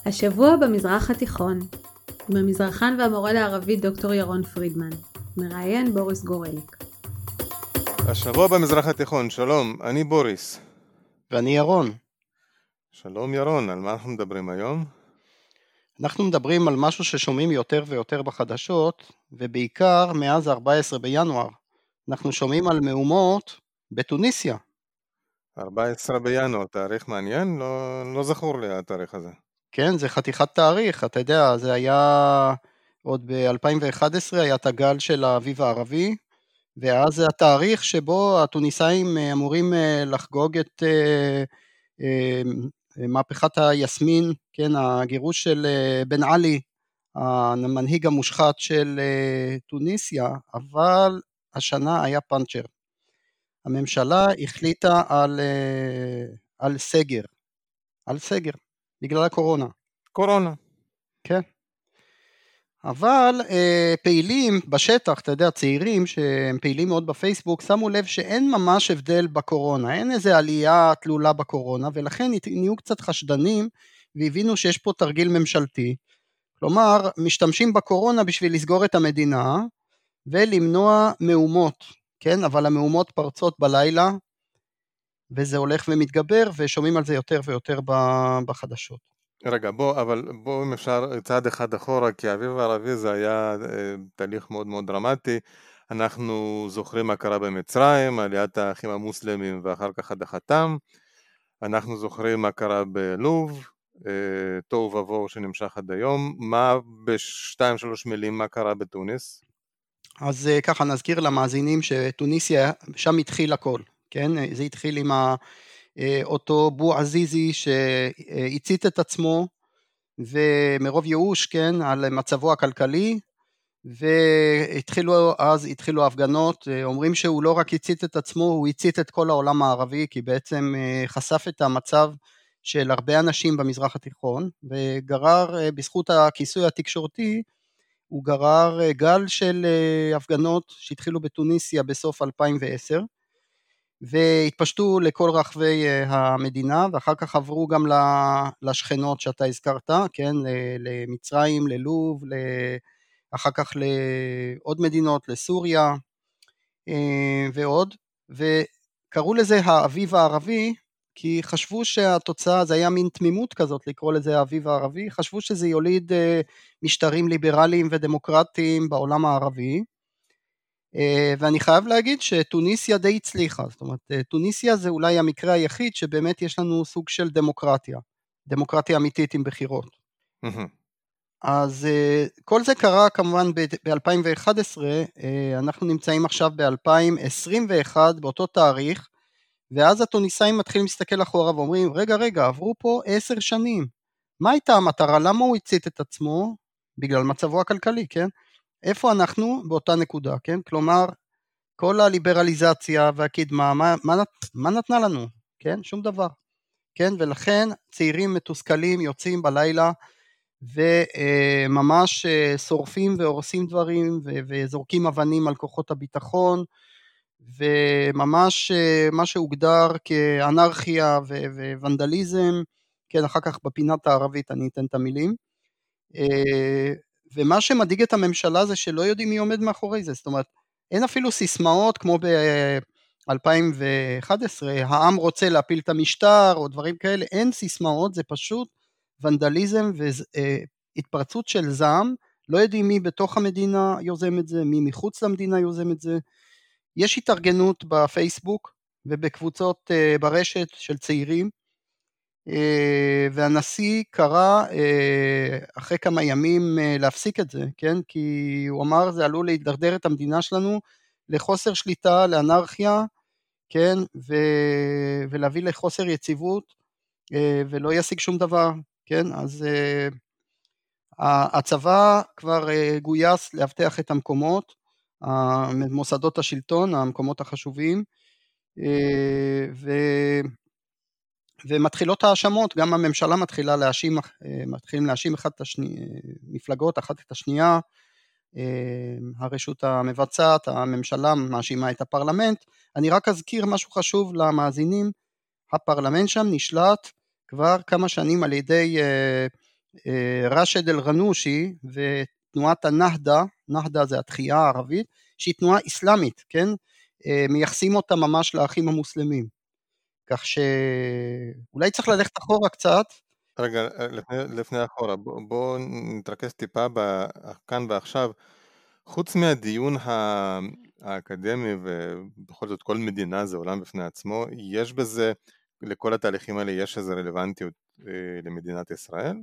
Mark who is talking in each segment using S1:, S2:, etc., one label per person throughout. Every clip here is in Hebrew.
S1: השבוע במזרח התיכון, עם המזרחן והמורה לערבית דוקטור ירון פרידמן, מראיין בוריס גורליק.
S2: השבוע במזרח התיכון, שלום, אני בוריס.
S3: ואני ירון.
S2: שלום ירון, על מה אנחנו מדברים היום?
S3: אנחנו מדברים על משהו ששומעים יותר ויותר בחדשות, ובעיקר מאז 14 בינואר. אנחנו שומעים על מהומות בתוניסיה.
S2: 14 בינואר, תאריך מעניין? לא זכור לי התאריך הזה.
S3: כן, זה חתיכת תאריך, אתה יודע, זה היה עוד ב-2011, היה את הגל של האביב הערבי, ואז זה התאריך שבו התוניסאים אמורים לחגוג את מהפכת היסמין, כן, הגירוש של בן עלי, המנהיג המושחת של תוניסיה, אבל השנה היה פאנצ'ר. הממשלה החליטה על סגר, בגלל הקורונה.
S2: קורונה.
S3: כן. אבל פעילים בשטח, אתה יודע, צעירים שהם פעילים מאוד בפייסבוק, שמו לב שאין ממש הבדל בקורונה, אין איזו עלייה תלולה בקורונה, ולכן נהיו קצת חשדנים, והבינו שיש פה תרגיל ממשלתי, כלומר, משתמשים בקורונה בשביל לסגור את המדינה, ולמנוע מהומות, כן? אבל המהומות פרצות בלילה, וזה הולך ומתגבר, ושומעים על זה יותר ויותר בחדשות.
S2: רגע, בוא אם אפשר צעד אחד אחורה, כי האביב הערבי זה היה תהליך מאוד מאוד דרמטי. אנחנו זוכרים מה קרה במצרים, עליית האחים המוסלמים ואחר כך הדחתם. אנחנו זוכרים מה קרה בלוב, תוהו ובוהו שנמשך עד היום. מה בשתיים שלוש מילים מה קרה בתוניס?
S3: אז ככה נזכיר למאזינים שטוניסיה, שם התחיל הכל, כן? זה התחיל עם אותו בו עזיזי שהצית את עצמו, ומרוב ייאוש, כן, על מצבו הכלכלי, והתחילו ההפגנות, אומרים שהוא לא רק הצית את עצמו, הוא הצית את כל העולם הערבי, כי בעצם חשף את המצב של הרבה אנשים במזרח התיכון, וגרר בזכות הכיסוי התקשורתי, הוא גרר גל של הפגנות שהתחילו בתוניסיה בסוף 2010, והתפשטו לכל רחבי המדינה, ואחר כך עברו גם לשכנות שאתה הזכרת, כן, למצרים, ללוב, אחר כך לעוד מדינות, לסוריה ועוד, וקראו לזה האביב הערבי, כי חשבו שהתוצאה, זה היה מין תמימות כזאת לקרוא לזה האביב הערבי, חשבו שזה יוליד משטרים ליברליים ודמוקרטיים בעולם הערבי, ואני חייב להגיד שטוניסיה די הצליחה, זאת אומרת, טוניסיה זה אולי המקרה היחיד שבאמת יש לנו סוג של דמוקרטיה אמיתית עם בחירות. אז כל זה קרה כמובן ב-2011, אנחנו נמצאים עכשיו ב-2021 באותו תאריך, ואז הטוניסאים מתחילים להסתכל אחורה ואומרים, רגע, עברו פה 10 שנים, מה הייתה המטרה? למה הוא הצית את עצמו? בגלל מצבו הכלכלי, כן? איפה אנחנו באותה נקודה, כן? כלומר, כל הליברליזציה והקדמה, מה נתנה לנו? כן? שום דבר. כן? ולכן צעירים מתוסכלים יוצאים בלילה, וממש שורפים והורסים דברים, וזורקים אבנים על כוחות הביטחון, וממש מה שהוגדר כאנרכיה וונדליזם, כן, אחר כך בפינת הערבית אני אתן את המילים, ומה שמדאיג את הממשלה זה שלא יודעים מי עומד מאחורי זה, זאת אומרת, אין אפילו סיסמאות כמו ב-2011, העם רוצה להפיל את המשטר או דברים כאלה, אין סיסמאות, זה פשוט ונדליזם והתפרצות של זעם, לא יודעים מי בתוך המדינה יוזם את זה, מי מחוץ למדינה יוזם את זה, יש התארגנות בפייסבוק ובקבוצות ברשת של צעירים, והנשיא קרא אחרי כמה ימים להפסיק את זה, כן? כי הוא אמר זה עלול להידרדר את המדינה שלנו לחוסר שליטה, לאנרכיה, כן? ולהביא לחוסר יציבות, ולא ישיג שום דבר, כן? אז הצבא כבר גויס להבטח את המקומות, מוסדות השלטון, המקומות החשובים, ומתחילות האשמות, גם הממשלה מתחילים להאשים מפלגות אחת את השנייה, הרשות המבצעת, הממשלה מאשימה את הפרלמנט. אני רק אזכיר משהו חשוב למאזינים, הפרלמנט שם נשלט כבר כמה שנים על ידי רשד אל-רנושי ותנועת הנהדה, נהדה זה התחייה הערבית, שהיא תנועה אסלאמית, כן? מייחסים אותה ממש לאחים המוסלמים. כך שאולי צריך ללכת אחורה קצת.
S2: רגע, לפני אחורה, בואו נתרכז טיפה כאן ועכשיו. חוץ מהדיון האקדמי, ובכל זאת כל מדינה זה עולם בפני עצמו, יש בזה, לכל התהליכים האלה יש איזו רלוונטיות למדינת ישראל?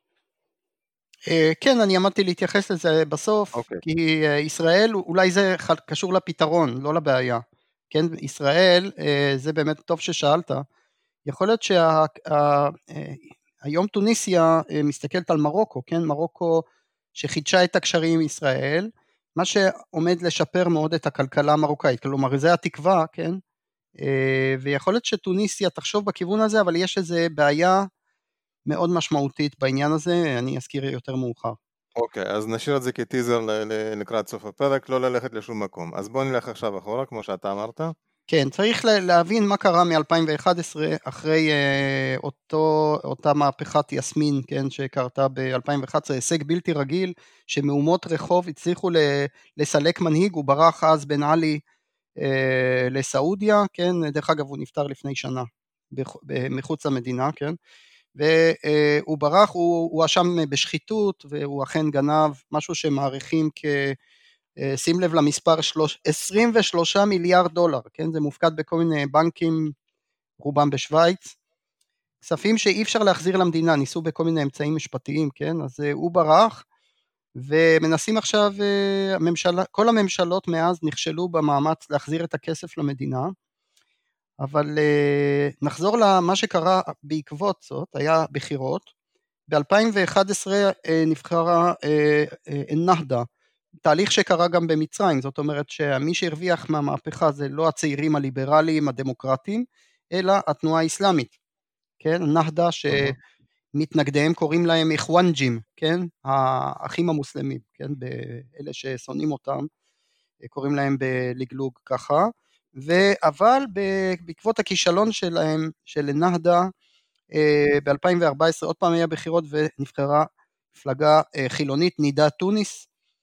S3: כן, אני עמדתי להתייחס לזה בסוף, כי ישראל, אולי זה קשור לפתרון, לא לבעיה. כן, ישראל, זה באמת טוב ששאלת, יכול להיות שהיום טוניסיה מסתכלת על מרוקו, כן, מרוקו שחידשה את הקשרים עם ישראל, מה שעומד לשפר מאוד את הכלכלה המרוקאית, כלומר זה התקווה, כן, ויכול להיות שטוניסיה תחשוב בכיוון הזה, אבל יש איזו בעיה מאוד משמעותית בעניין הזה, אני אזכיר יותר מאוחר.
S2: אוקיי, אז נשאיר את זה כטיזר לקראת סוף הפרק, לא ללכת לשום מקום. אז בואו נלך עכשיו אחורה, כמו שאתה אמרת.
S3: כן, צריך להבין מה קרה מ-2011, אחרי אותה מהפכת יסמין, כן, שקרתה ב-2011, הישג בלתי רגיל, שמאומות רחוב הצליחו לסלק מנהיג, הוא ברח אז בן עלי לסעודיה, כן, דרך אגב הוא נפטר לפני שנה, מחוץ למדינה, כן, והוא ברח, הוא אשם בשחיתות, והוא אכן גנב, משהו שמעריכים שים לב למספר 23 מיליארד דולר, כן? זה מופקד בכל מיני בנקים, רובם בשוויץ, כספים שאי אפשר להחזיר למדינה, ניסו בכל מיני אמצעים משפטיים, כן? אז הוא ברח, ומנסים עכשיו, כל הממשלות מאז נכשלו במאמץ להחזיר את הכסף למדינה, אבל נחזור למה שקרה בעקבות זאת, היה בחירות, ב-2011 נבחרה נהדה, תהליך שקרה גם במצרים, זאת אומרת שמי שהרוויח מהמהפכה זה לא הצעירים הליברליים הדמוקרטיים, אלא התנועה האסלאמית, כן, נהדה שמתנגדיהם קוראים להם איחואנג'ים, כן, האחים המוסלמים, כן, אלה ששונאים אותם, קוראים להם בלגלוג ככה, אבל בעקבות הכישלון שלהם, של נהדה, ב-2014 עוד פעם היה בחירות ונבחרה מפלגה חילונית, נידה טוניס,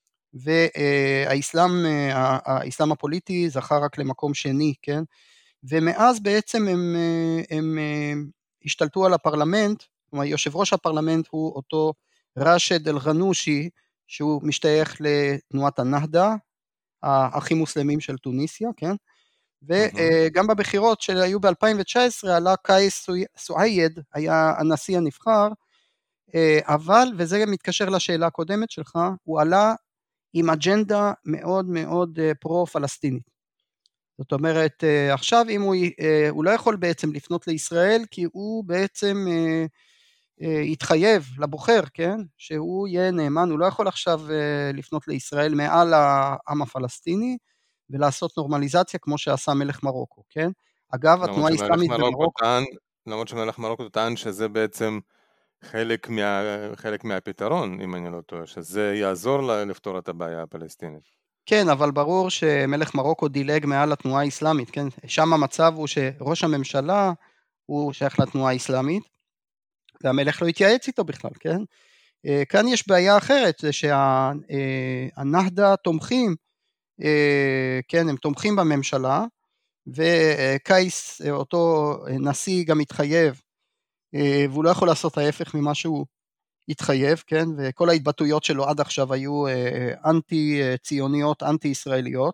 S3: והאסלאם הפוליטי זכה רק למקום שני, כן? ומאז בעצם הם השתלטו על הפרלמנט, כלומר יושב ראש הפרלמנט הוא אותו רשד אל-רנושי, שהוא משתייך לתנועת הנהדה, האחים מוסלמים של טוניסיה, כן? וגם בבחירות שהיו ב-2019 עלה קייס סועייד, היה הנשיא הנבחר, אבל, וזה מתקשר לשאלה הקודמת שלך, הוא עלה עם אג'נדה מאוד מאוד פרו-פלסטינית. זאת אומרת, עכשיו אם הוא לא יכול בעצם לפנות לישראל, כי הוא בעצם התחייב לבוחר, כן? שהוא יהיה נאמן, הוא לא יכול עכשיו לפנות לישראל מעל העם הפלסטיני, ולעשות נורמליזציה כמו שעשה מלך מרוקו, כן? אגב, התנועה האסלאמית במרוקו...
S2: למרות שמלך מרוקו טען שזה בעצם חלק מהפתרון, אם אני לא טועה, שזה יעזור לפתור את הבעיה הפלסטינית.
S3: כן, אבל ברור שמלך מרוקו דילג מעל התנועה האסלאמית, כן? שם המצב הוא שראש הממשלה הוא שייך לתנועה האסלאמית, והמלך לא התייעץ איתו בכלל, כן? כאן יש בעיה אחרת, זה שהנהדה תומכים, כן, הם תומכים בממשלה, וקייס, אותו נשיא גם התחייב, והוא לא יכול לעשות ההפך ממה שהוא התחייב, כן, וכל ההתבטאויות שלו עד עכשיו היו אנטי ציוניות, אנטי ישראליות,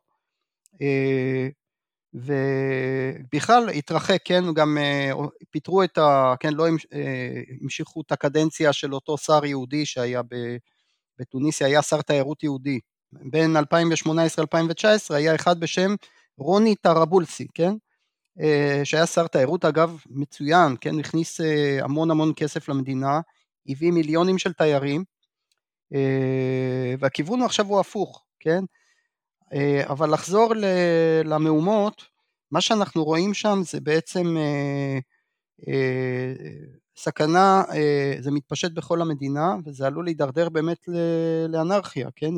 S3: ובכלל התרחק, כן, גם פיתרו את כן, לא המשיכו את הקדנציה של אותו שר יהודי שהיה בטוניסיה, היה שר תיירות יהודי, בין 2018-2019 היה אחד בשם רוני טראבולסי, כן, שהיה שר תיירות אגב מצוין, כן, הכניס המון כסף למדינה, הביא מיליונים של תיירים, והכיוון עכשיו הוא הפוך, כן, אבל לחזור למהומות, מה שאנחנו רואים שם זה בעצם סכנה, זה מתפשט בכל המדינה, וזה עלול להידרדר באמת לאנרכיה, כן,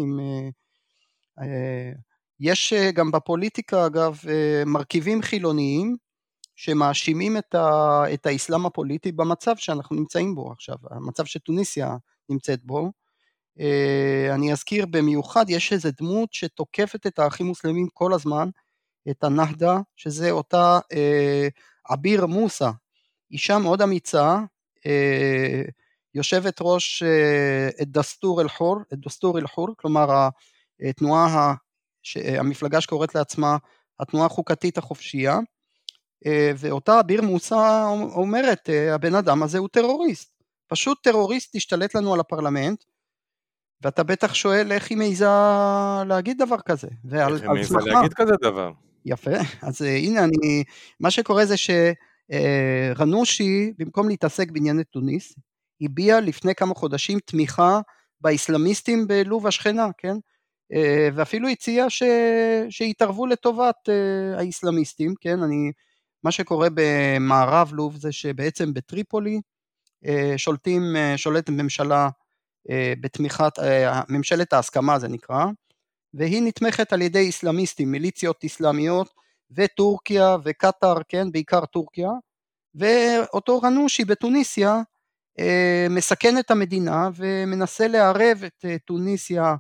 S3: יש גם בפוליטיקה אגב מרכיבים חילוניים, שמאשימים את האסלאם הפוליטי במצב שאנחנו נמצאים בו עכשיו, המצב שטוניסיה נמצאת בו. אני אזכיר במיוחד, יש איזו דמות שתוקפת את האחים מוסלמים כל הזמן, את הנהדה, שזה אותה עביר מוסא, אישה מאוד אמיצה, יושבת ראש את דסטור אל-חור, כלומר התנועה, המפלגה שקוראת לעצמה התנועה החוקתית החופשייה, ואותה עביר מוסא אומרת, הבן אדם הזה הוא טרוריסט, פשוט טרוריסט תשתלט לנו על הפרלמנט, ואתה בטח שואל איך היא מעיזה להגיד דבר כזה.
S2: איך היא מעיזה להגיד כזה דבר?
S3: יפה, אז הנה מה שקורה זה שרנושי, במקום להתעסק בענייני טוניס, הביע לפני כמה חודשים תמיכה באסלאמיסטים בלוב השכנה, כן? ואפילו הציע שיתערבו לטובת האסלאמיסטים, כן? מה שקורה במערב לוב זה שבעצם בטריפולי שולטת ממשלה בתמיכת, ממשלת ההסכמה זה נקרא, והיא נתמכת על ידי אסלאמיסטים, מיליציות אסלאמיות, וטורקיה וקטר, כן, בעיקר טורקיה, ואותו רנושי בתוניסיה מסכן את המדינה, ומנסה לערב את תוניסיה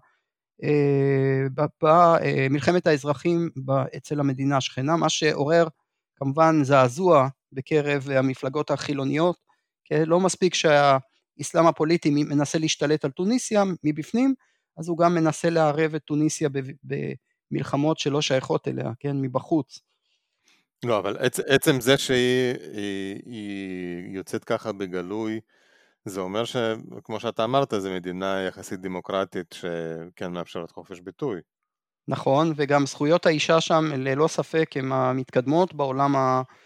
S3: במלחמת האזרחים אצל המדינה השכנה, מה שעורר כמובן זעזוע בקרב המפלגות החילוניות, כן, לא מספיק שהאסלאם הפוליטי מנסה להשתלט על תוניסיה מבפנים, אז הוא גם מנסה לערב את תוניסיה במלחמות שלא שייכות אליה, כן, מבחוץ.
S2: לא, אבל עצם זה שהיא יוצאת ככה בגלוי, זה אומר שכמו שאתה אמרת, זו מדינה יחסית דמוקרטית שכן מאפשרת חופש ביטוי.
S3: נכון, וגם זכויות האישה שם ללא ספק הן המתקדמות בעולם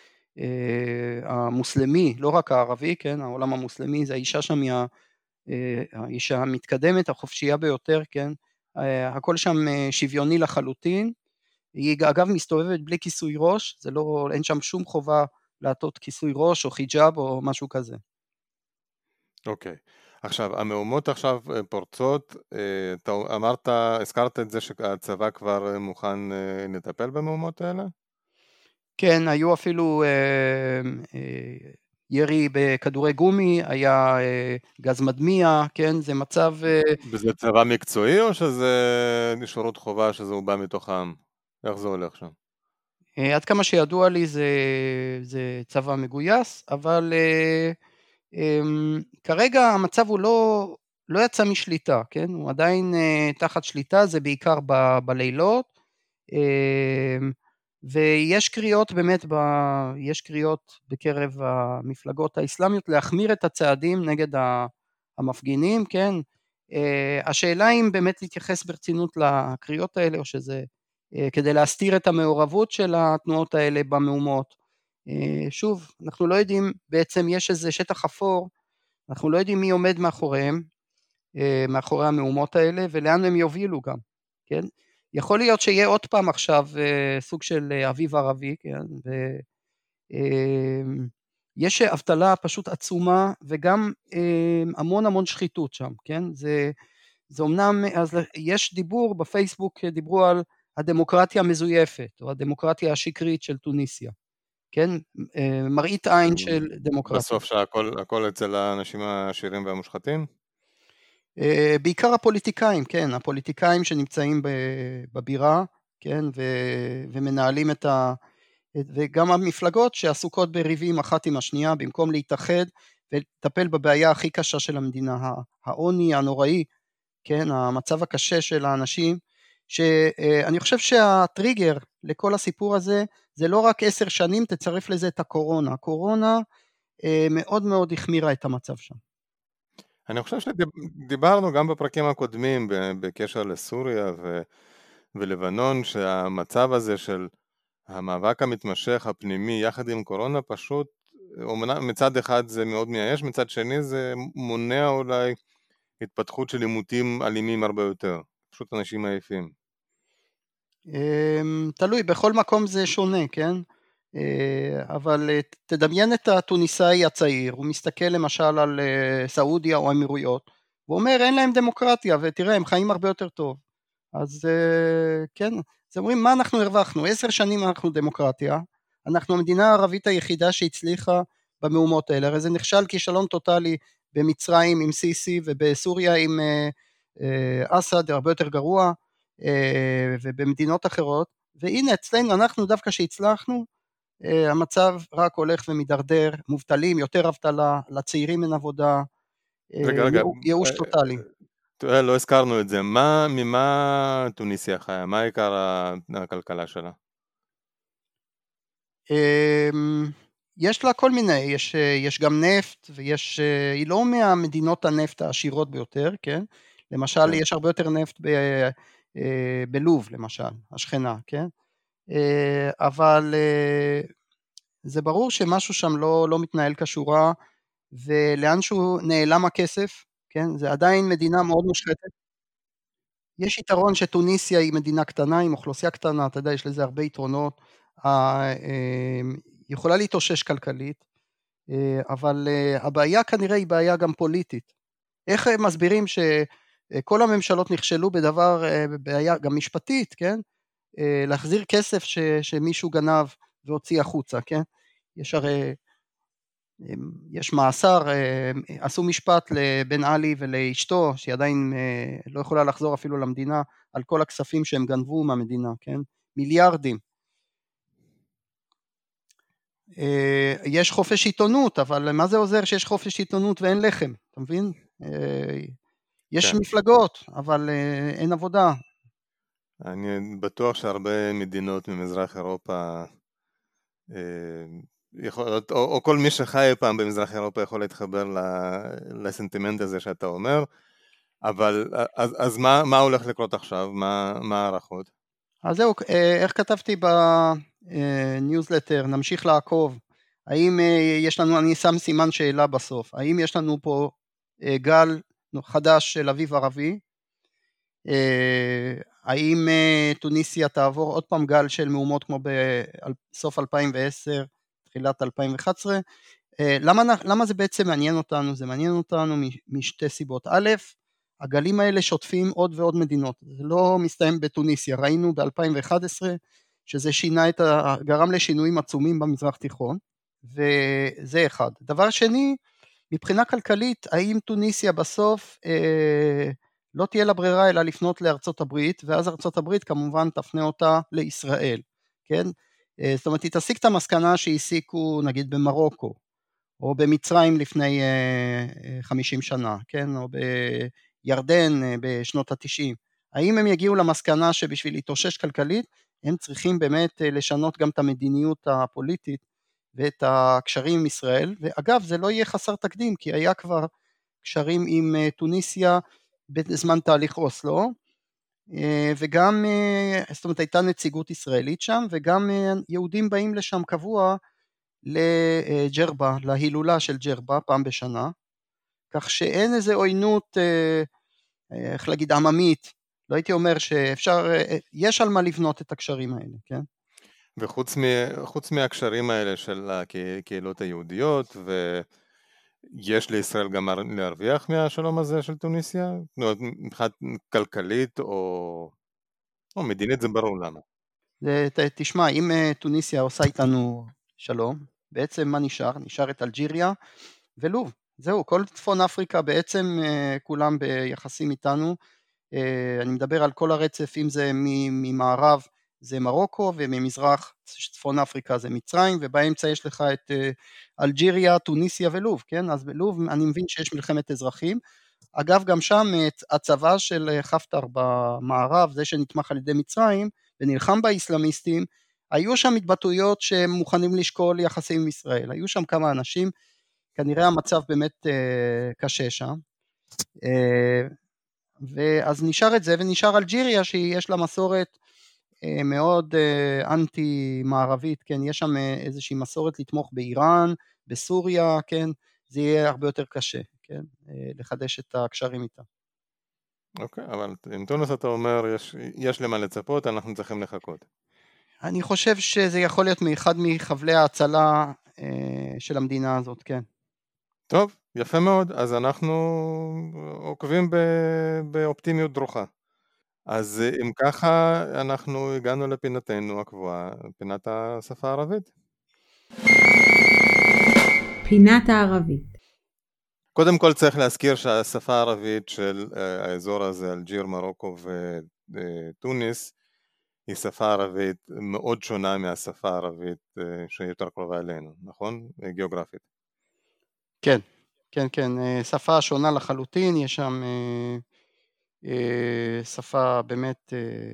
S3: המוסלמי, לא רק הערבי, כן, העולם המוסלמי, זה האישה שם היא האישה המתקדמת, החופשייה ביותר, כן, הכל שם שוויוני לחלוטין, היא אגב מסתובבת בלי כיסוי ראש, זה לא, אין שם שום חובה לעטות כיסוי ראש או חיג'אב או משהו כזה.
S2: אוקיי, עכשיו המהומות עכשיו פורצות, אתה הזכרת את זה שהצבא כבר מוכן לטפל במהומות האלה?
S3: כן, היו אפילו ירי בכדורי גומי, היה גז מדמיע, כן, זה מצב...
S2: וזה צבא מקצועי או שזה שירות חובה שזה הוא בא מתוך העם? איך זה הולך שם?
S3: עד כמה שידוע לי זה צבא מגויס, אבל כרגע המצב הוא לא יצא משליטה, כן, הוא עדיין תחת שליטה, זה בעיקר בלילות, ויש קריאות באמת, יש קריאות בקרב המפלגות האסלאמיות להחמיר את הצעדים נגד המפגינים, כן, השאלה אם באמת להתייחס ברצינות לקריאות האלה, או שזה כדי להסתיר את המעורבות של התנועות האלה במהומות. שוב, אנחנו לא יודעים, בעצם יש איזה שטח אפור, אנחנו לא יודעים מי עומד מאחוריהם, מאחורי המהומות האלה, ולאן הם יובילו גם, כן? יכול להיות שיהיה עוד פעם עכשיו סוג של אביב ערבי, כן? ויש אבטלה פשוט עצומה, וגם המון שחיתות שם, כן? זה אומנם, אז יש דיבור בפייסבוק, דיברו על הדמוקרטיה המזויפת, או הדמוקרטיה השקרית של טוניסיה, כן? מראית עין של דמוקרטיה.
S2: בסוף שהכל אצל האנשים העשירים והמושחתים?
S3: בעיקר הפוליטיקאים, כן, הפוליטיקאים שנמצאים בבירה, כן, ומנהלים וגם המפלגות שעסוקות בריבים אחת עם השנייה, במקום להתאחד ולטפל בבעיה הכי קשה של המדינה, העוני הנוראי, כן, המצב הקשה של האנשים, שאני חושב שהטריגר לכל הסיפור הזה, זה לא רק 10 שנים, תצרף לזה את הקורונה. הקורונה מאוד החמירה את המצב שם.
S2: אני חושב שדיברנו גם בפרקים הקודמים בקשר לסוריה ולבנון, שהמצב הזה של המאבק המתמשך הפנימי יחד עם קורונה פשוט, מצד אחד זה מאוד מייאש, מצד שני זה מונע אולי התפתחות של עימותים אלימים הרבה יותר, פשוט אנשים עייפים.
S3: תלוי, בכל מקום זה שונה, כן? אבל תדמיין את הטוניסאי הצעיר, הוא מסתכל למשל על סעודיה או אמירויות, הוא אומר אין להם דמוקרטיה, ותראה הם חיים הרבה יותר טוב, אז כן, אז אומרים מה אנחנו הרווחנו, 10 שנים אנחנו דמוקרטיה, אנחנו המדינה הערבית היחידה שהצליחה במהומות האלה, הרי זה נכשל כישלון טוטלי במצרים עם סיסי ובסוריה עם אסד, הרבה יותר גרוע, ובמדינות אחרות, והנה אצלנו אנחנו דווקא שהצלחנו, המצב רק הולך ומדרדר, מובטלים, יותר אבטלה, לצעירים אין עבודה,
S2: רגע,
S3: ייאוש טוטלי.
S2: לא הזכרנו את זה, ממה טוניסיה חיה? מה עיקר הכלכלה שלה?
S3: יש לה כל מיני, יש גם נפט, היא לא מהמדינות הנפט העשירות ביותר, כן? למשל, יש הרבה יותר נפט בלוב, למשל, השכנה, כן? אבל זה ברור שמשהו שם לא מתנהל כשורה, ולאן שהוא נעלם הכסף, כן? זה עדיין מדינה מאוד מושחתת. יש יתרון שטוניסיה היא מדינה קטנה, עם אוכלוסייה קטנה, אתה יודע, יש לזה הרבה יתרונות, היא יכולה להתאושש כלכלית, אבל הבעיה כנראה היא בעיה גם פוליטית. איך הם מסבירים שכל הממשלות נכשלו בדבר, בעיה גם משפטית, כן? להחזיר כסף שמישהו גנב והוציא החוצה, כן? יש מאסר, עשו משפט לבן עלי ולאשתו, שהיא עדיין לא יכולה לחזור אפילו למדינה, על כל הכספים שהם גנבו מהמדינה, כן? מיליארדים. יש חופש עיתונות, אבל מה זה עוזר שיש חופש עיתונות ואין לחם, אתה מבין? יש מפלגות, אבל אין עבודה.
S2: אני בטוח שהרבה מדינות ממזרח אירופה, או כל מי שחי פעם במזרח אירופה יכול להתחבר לסנטימנט הזה שאתה אומר, אבל אז מה הולך לקרות עכשיו? מה הערכות?
S3: אז זהו, איך כתבתי בניוזלטר, נמשיך לעקוב, האם יש לנו, אני שם סימן שאלה בסוף, האם יש לנו פה גל חדש של אביב ערבי, האם טוניסיה תעבור עוד פעם גל של מהומות כמו בסוף 2010, תחילת 2011, למה זה בעצם מעניין אותנו? זה מעניין אותנו משתי סיבות. א', הגלים האלה שוטפים עוד ועוד מדינות, זה לא מסתיים בטוניסיה, ראינו ב-2011 שזה גרם לשינויים עצומים במזרח תיכון, וזה אחד. דבר שני, מבחינה כלכלית, האם טוניסיה בסוף לא תהיה לה ברירה אלא לפנות לארצות הברית, ואז ארצות הברית כמובן תפנה אותה לישראל, כן? זאת אומרת, היא תסיק את המסקנה שהסיקו נגיד במרוקו, או במצרים לפני 50 שנה, כן? או בירדן בשנות ה-90. האם הם יגיעו למסקנה שבשביל להתאושש כלכלית, הם צריכים באמת לשנות גם את המדיניות הפוליטית, ואת הקשרים עם ישראל, ואגב זה לא יהיה חסר תקדים, כי היה כבר קשרים עם טוניסיה בזמן תהליך אוסלו, וגם, זאת אומרת הייתה נציגות ישראלית שם, וגם יהודים באים לשם קבוע לג'רבה, להילולה של ג'רבה פעם בשנה, כך שאין איזה עוינות, איך להגיד, עממית, לא הייתי אומר שאפשר, יש על מה לבנות את הקשרים האלה, כן?
S2: וחוץ מהקשרים האלה של הקהילות היהודיות, ויש לישראל גם להרוויח מהשלום הזה של טוניסיה? מבחינת כלכלית או מדינית, זה ברור למה.
S3: תשמע, אם טוניסיה עושה איתנו שלום, בעצם מה נשאר? נשאר את אלג'יריה ולוב, זהו, כל צפון אפריקה בעצם כולם ביחסים איתנו, אני מדבר על כל הרצף, אם זה ממערב זה מרוקו, וממזרח צפון אפריקה זה מצרים, ובאמצע יש לך את אלג'יריה, טוניסיה ולוב, כן? אז בלוב אני מבין שיש מלחמת אזרחים, אגב גם שם הצבא של חפטר במערב, זה שנתמך על ידי מצרים, ונלחם באסלאמיסטים, היו שם התבטאויות שהם מוכנים לשקול יחסים עם ישראל, היו שם כמה אנשים, כנראה המצב באמת קשה שם, ואז נשאר את זה, ונשאר אלג'יריה שיש לה מסורת מאוד אנטי מערבית, כן, יש שם איזושהי מסורת לתמוך באיראן, בסוריה, כן, זה יהיה הרבה יותר קשה, כן, לחדש את הקשרים איתה.
S2: אוקיי, אבל עם טונוס אתה אומר, יש למה לצפות, אנחנו צריכים לחכות.
S3: אני חושב שזה יכול להיות מאחד מחבלי ההצלה של המדינה הזאת, כן.
S2: טוב, יפה מאוד, אז אנחנו עוקבים באופטימיות דרוכה. אז אם ככה, אנחנו הגענו לפינתנו הקבועה, פינת השפה הערבית.
S1: פינת הערבית.
S2: קודם כל צריך להזכיר שהשפה הערבית של האזור הזה, אלג'יר, מרוקו וטוניס, היא שפה ערבית מאוד שונה מהשפה הערבית שיותר קרובה אלינו, נכון? גיאוגרפית.
S3: כן, כן, כן, שפה שונה לחלוטין, יש שם שפה באמת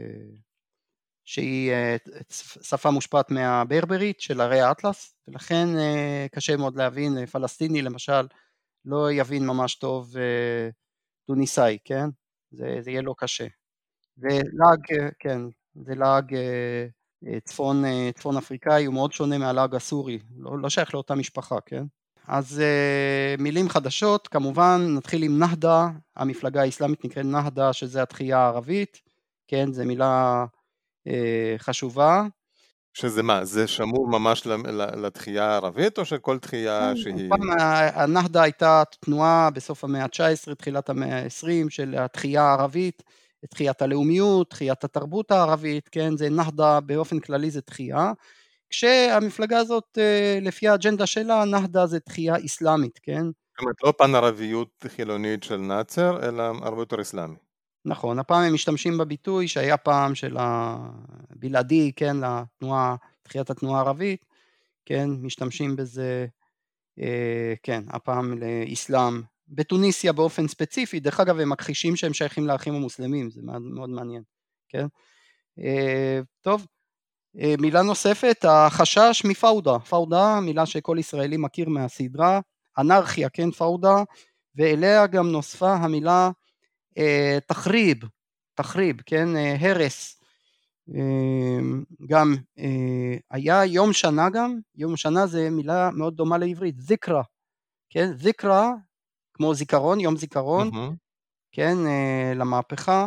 S3: שהיא שפה מושפעת מהברברית של הרי האטלס, ולכן קשה מאוד להבין, פלסטיני למשל לא יבין ממש טוב טוניסאי, כן? זה יהיה לו קשה. ולעג, כן, זה לעג צפון אפריקאי, הוא מאוד שונה מהלעג הסורי, לא שייך לאותה משפחה, כן? אז מילים חדשות, כמובן נתחיל עם נהדה, המפלגה האסלאמית נקראת נהדה, שזה התחייה הערבית, כן, זה מילה חשובה.
S2: שזה מה? זה שמור ממש לתחייה הערבית או שכל תחייה שהיא...
S3: פעם הנהדה הייתה תנועה בסוף המאה ה-19, תחילת המאה ה-20 של התחייה הערבית, תחיית הלאומיות, תחיית התרבות הערבית, כן, זה נהדה באופן כללי זה תחייה, כשהמפלגה הזאת לפי האג'נדה שלה, נהדה זה תחייה אסלאמית, כן?
S2: זאת אומרת, לא פן ערביות חילונית של נאצר, אלא הרבה יותר אסלאמי.
S3: נכון, הפעם הם משתמשים בביטוי שהיה פעם של הבלעדי, כן, לתנועה, תחיית התנועה הערבית, כן, משתמשים בזה, כן, הפעם לאסלאם, בטוניסיה באופן ספציפי, דרך אגב הם מכחישים שהם שייכים לאחים המוסלמים, זה מאוד מעניין, כן, טוב, מילה נוספת, החשש מפאודה, פאודה, מילה שכל ישראלי מכיר מהסדרה, אנרכיה, כן, פאודה, ואליה גם נוספה המילה תחריב, כן, הרס, גם היה יום שנה גם, יום שנה זה מילה מאוד דומה לעברית, זיקרה, כן, זיקרה, כמו זיכרון, יום זיכרון, כן, למהפכה,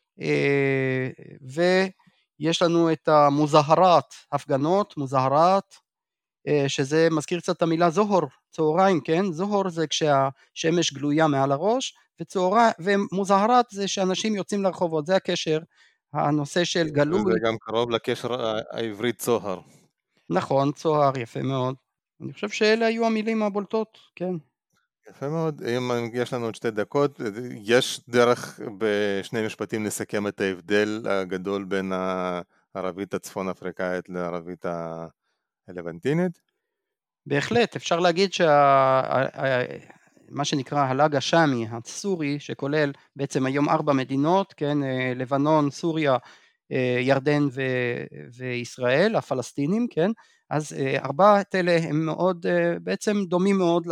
S3: ויש לנו את המוזהרת, הפגנות, מוזהרת, שזה מזכיר קצת את המילה זוהר, צהריים, כן, זוהר זה כשהשמש גלויה מעל הראש, ומוזהרת זה שאנשים יוצאים לרחובות, זה הקשר, הנושא של גלוי.
S2: זה גם קרוב לקשר העברית צוהר.
S3: נכון, צוהר, יפה מאוד. אני חושב שאלה היו המילים הבולטות, כן.
S2: יפה מאוד, אם יש לנו עוד 2 דקות, יש דרך בשני משפטים לסכם את ההבדל הגדול בין הערבית הצפון אפריקאית לערבית הלבנטינית?
S3: בהחלט, אפשר להגיד מה שנקרא הלאג השמי, הסורי, שכולל בעצם היום 4 מדינות, כן, לבנון, סוריה, ירדן וישראל, הפלסטינים, כן, אז 4 אלה הם מאוד, בעצם דומים מאוד,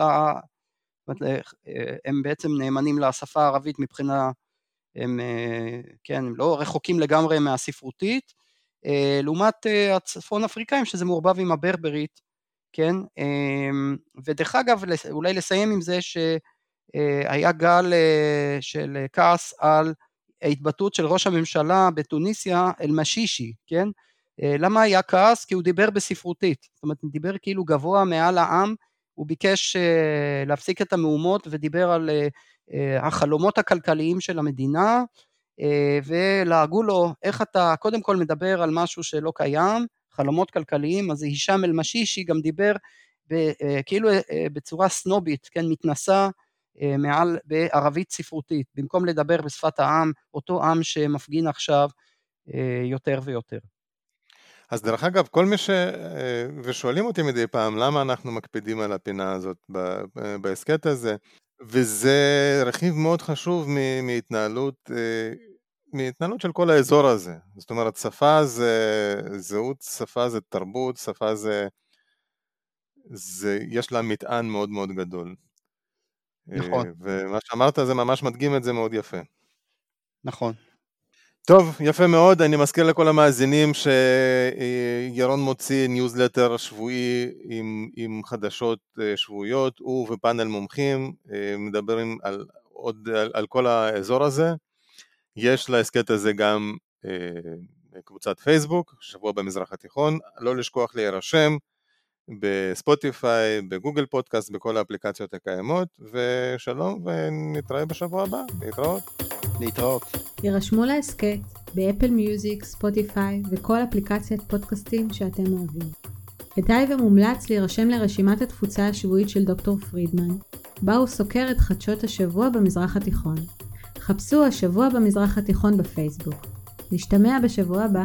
S3: הם בעצם נאמנים לשפה הערבית מבחינה, הם, כן, הם לא רחוקים לגמרי מהספרותית, לעומת הצפון אפריקאים שזה מעורבב עם הברברית, כן, ודרך אגב אולי לסיים עם זה שהיה גל של כעס על ההתבטאות של ראש הממשלה בטוניסיה אל-משישי, כן, למה היה כעס? כי הוא דיבר בספרותית, זאת אומרת הוא דיבר כאילו גבוה מעל העם, הוא ביקש להפסיק את המהומות ודיבר על החלומות הכלכליים של המדינה, ולהגו לו איך אתה קודם כל מדבר על משהו שלא קיים, חלומות כלכליים, אז הישאם אל-משישי גם דיבר כאילו בצורה סנובית, כן, מתנסה מעל בערבית ספרותית, במקום לדבר בשפת העם, אותו עם שמפגין עכשיו יותר ויותר.
S2: אז דרך אגב, כל מי ושואלים אותי מדי פעם, למה אנחנו מקפידים על הפינה הזאת בהסקט הזה, וזה רכיב מאוד חשוב מהתנהלות של כל האזור הזה. זאת אומרת, שפה זה זהות, שפה זה תרבות, שפה יש לה מטען מאוד מאוד גדול.
S3: נכון.
S2: ומה שאמרת זה ממש מדגים את זה מאוד יפה.
S3: נכון.
S2: טוב, יפה מאוד, אני מזכיר לכל המאזינים שירון מוציא ניוזלטר שבועי עם חדשות שבועיות, הוא ופאנל מומחים, מדברים על כל האזור הזה, יש להסקט הזה גם קבוצת פייסבוק, שבוע במזרח התיכון, לא לשכוח להירשם בספוטיפיי, בגוגל פודקאסט, בכל האפליקציות הקיימות, ושלום ונתראה בשבוע הבא, להתראות.
S1: יירשמו להסקט באפל מיוזיק, ספוטיפיי וכל אפליקציית פודקאסטים שאתם אוהבים. כדאי ומומלץ להירשם לרשימת התפוצה השבועית של דוקטור פרידמן, בה הוא סוקר את חדשות השבוע במזרח התיכון. חפשו השבוע במזרח התיכון בפייסבוק. נשתמע בשבוע הבא.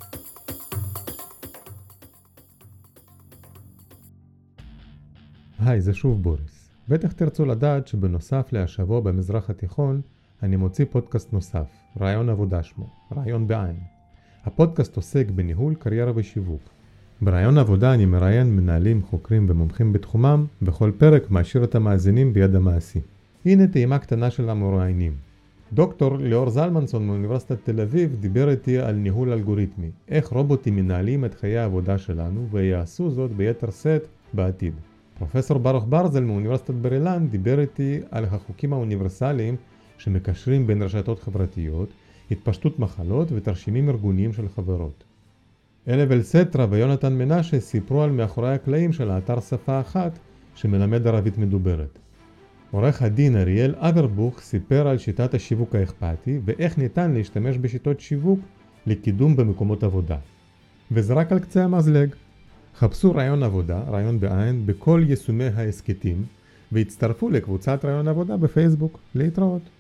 S4: היי, זה שוב בוריס. בטח תרצו לדעת שבנוסף להשבוע במזרח התיכון, אני מוציא פודקאסט נוסף, רעיון עבודה שמו, רעיון בעין. הפודקאסט עוסק בניהול, קריירה ושיווק. ברעיון עבודה אני מראיין מנהלים, חוקרים ומומחים בתחומם, בכל פרק משאיר את המאזינים בידע מעשי. הנה טעימה קטנה של המרואיינים. דוקטור ליאור זלמנסון מאוניברסיטת תל אביב דיבר איתי על ניהול אלגוריתמי, איך רובוטים מנהלים את חיי העבודה שלנו ויעשו זאת ביתר שאת בעתיד. פרופסור ברוך ברזל מאוניברסיטת בר אילן דיבר איתי על החוקים האוניברסליים שמקשרים בין רשתות חברתיות, התפשטות מחלות ותרשימים ארגוניים של חברות. אלב אלסטרה ויונתן מנשה סיפרו על מאחורי הקלעים של האתר שפה אחת שמלמד ערבית מדוברת. עורך הדין אריאל אברבוך סיפר על שיטת השיווק האכפתי ואיך ניתן להשתמש בשיטות שיווק לקידום במקומות עבודה. וזה רק על קצה המזלג. חפשו רעיון עבודה, רעיון בעין, בכל יישומי העסקתים והצטרפו לקבוצת רעיון עבודה בפייסבוק. להתראות.